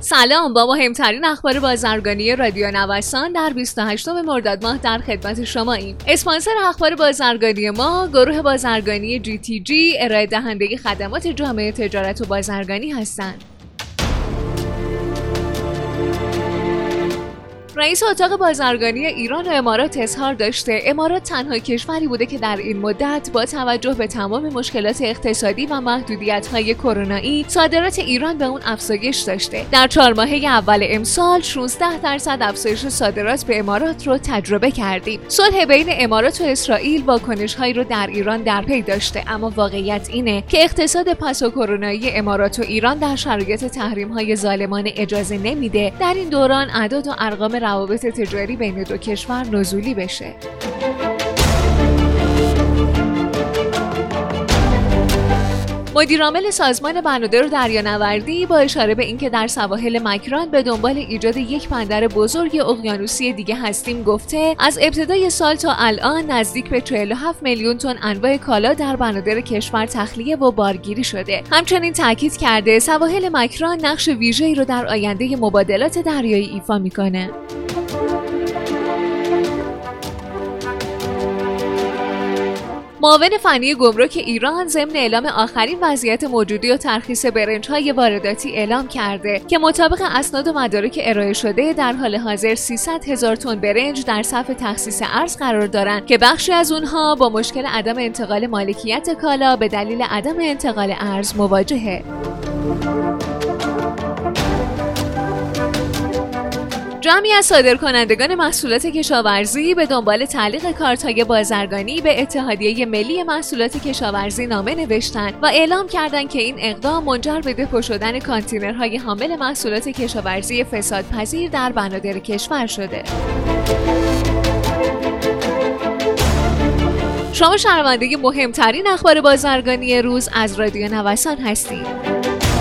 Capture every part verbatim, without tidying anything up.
سلام، با مهمترین اخبار بازرگانی رادیو نوسان در بیست و هشتم مرداد ماه در خدمت شما ایم. اسپانسر اخبار بازرگانی ما گروه بازرگانی جی تی جی ارائه دهنده خدمات جامعه تجارت و بازرگانی هستند. رئیس اتاق بازرگانی ایران و امارات اظهار داشته امارات تنها کشوری بوده که در این مدت با توجه به تمام مشکلات اقتصادی و محدودیت‌های کرونایی صادرات ایران به اون افزایش داشته. در چهار ماهه اول امسال شانزده درصد افزایش صادرات به امارات رو تجربه کردیم. صلح بین امارات و اسرائیل واکنش‌هایی رو در ایران در پی داشته، اما واقعیت اینه که اقتصاد پس از کرونایی امارات و ایران در شرایط تحریم‌های ظالمانه اجازه نمیده در این دوران اعداد و ارقام روابط تجاری بین دو کشور نزولی بشه. مدیرعامل سازمان بنادر و دریانوردی با اشاره به اینکه در سواحل مکران به دنبال ایجاد یک بندر بزرگ اقیانوسی دیگه هستیم گفته از ابتدای سال تا الان نزدیک به چهل و هفت میلیون تن انواع کالا در بنادر کشور تخلیه و بارگیری شده. همچنین تاکید کرده سواحل مکران نقش ویژه‌ای رو در آینده مبادلات دریایی ایفا میکنه. معاون فنی گمرک ایران ضمن اعلام آخرین وضعیت موجودی و ترخیص برنج‌های وارداتی اعلام کرده که مطابق اسناد و مدارک ارائه شده در حال حاضر سیصد هزار تن برنج در صف تخصیص ارز قرار دارند که بخشی از اونها با مشکل عدم انتقال مالکیت کالا به دلیل عدم انتقال ارز مواجهه. جمعی از صادرکنندگان محصولات کشاورزی به دنبال تعلیق کارت‌های بازرگانی به اتحادیه ملی محصولات کشاورزی نامه نوشتند و اعلام کردند که این اقدام منجر به دپو شدن کانتینرهای حامل محصولات کشاورزی فسادپذیر در بنادر کشور شده. شما شنونده مهمترین اخبار بازرگانی روز از رادیو نوسان هستید.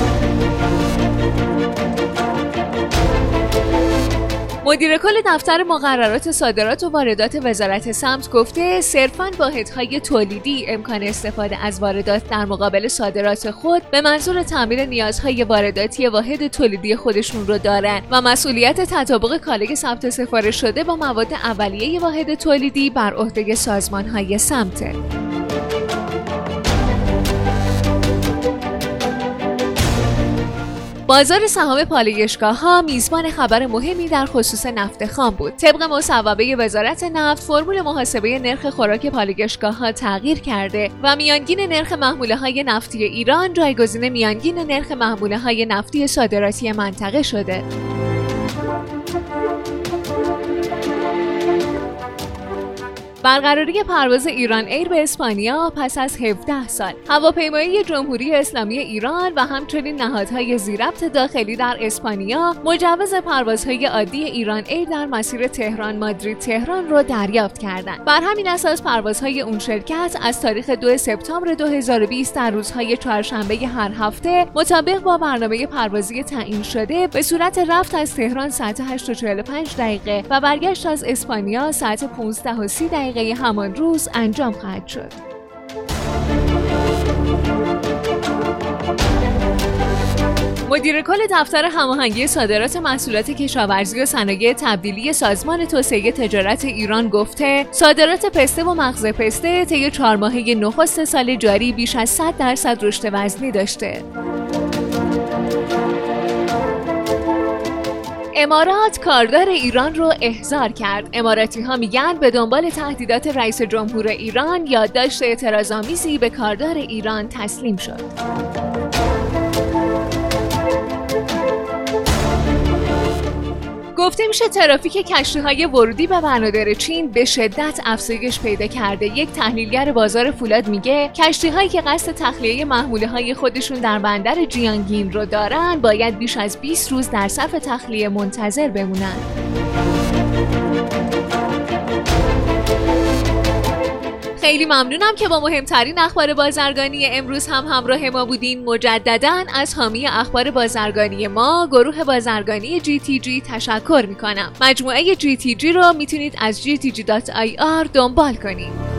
مدیر کل دفتر مقررات صادرات و واردات وزارت سمت گفته صرفاً واحدهای تولیدی امکان استفاده از واردات در مقابل صادرات خود به منظور تامین نیازهای وارداتی واحد تولیدی خودشون رو دارن و مسئولیت تطابق کالای ثبت سفارش شده با مواد اولیه واحد تولیدی بر عهده سازمان‌های سمته. بازار سهام پالایشگاه‌ها میزبان خبر مهمی در خصوص نفت خام بود. طبق مصوبه وزارت نفت، فرمول محاسبه نرخ خوراک پالایشگاه‌ها تغییر کرده و میانگین نرخ محموله‌های نفتی ایران جایگزین میانگین نرخ محموله‌های نفتی صادراتی منطقه شده. برقراری پرواز ایران ایر به اسپانیا پس از هفده سال. هواپیمایی جمهوری اسلامی ایران و همچنین نهادهای ذی‌ربط داخلی در اسپانیا مجوز پروازهای عادی ایران ایر در مسیر تهران مادرید تهران را دریافت کردند. بر همین اساس پروازهای اون شرکت از تاریخ دو سپتامبر دو هزار و بیست در روزهای چهارشنبه هر هفته مطابق با برنامه پروازی تعیین شده به صورت رفت از تهران ساعت هشت و چهل و پنج دقیقه و برگشت از اسپانیا ساعت پانزده و سی دقیقه همان روز انجام خواهد شد. مدیر کل دفتر هماهنگی صادرات محصولات کشاورزی و صنایع تبدیلی سازمان توسعه تجارت ایران گفته صادرات پسته و مغز پسته طی چهار ماهه نخست سال جاری بیش از صد درصد رشد وزنی داشته. امارات کاردار ایران رو احضار کرد. اماراتی ها میگن به دنبال تهدیدات رئیس جمهور ایران یادداشت اعتراض‌آمیزی به کاردار ایران تسلیم شد. گفته میشه ترافیک کشتی‌های ورودی به بنادر چین به شدت افزایش پیدا کرده. یک تحلیلگر بازار فولاد میگه کشتی‌هایی که قصد تخلیه محموله‌های خودشون در بندر جیانگین رو دارن باید بیش از بیست روز در صف تخلیه منتظر بمونن. خیلی ممنونم که با مهمترین اخبار بازرگانی امروز هم همراه ما بودین. مجدداً از حامی اخبار بازرگانی ما گروه بازرگانی جی تی جی تشکر میکنم. مجموعه جی تی جی رو میتونید از جی تی جی دات آی آر دنبال کنید.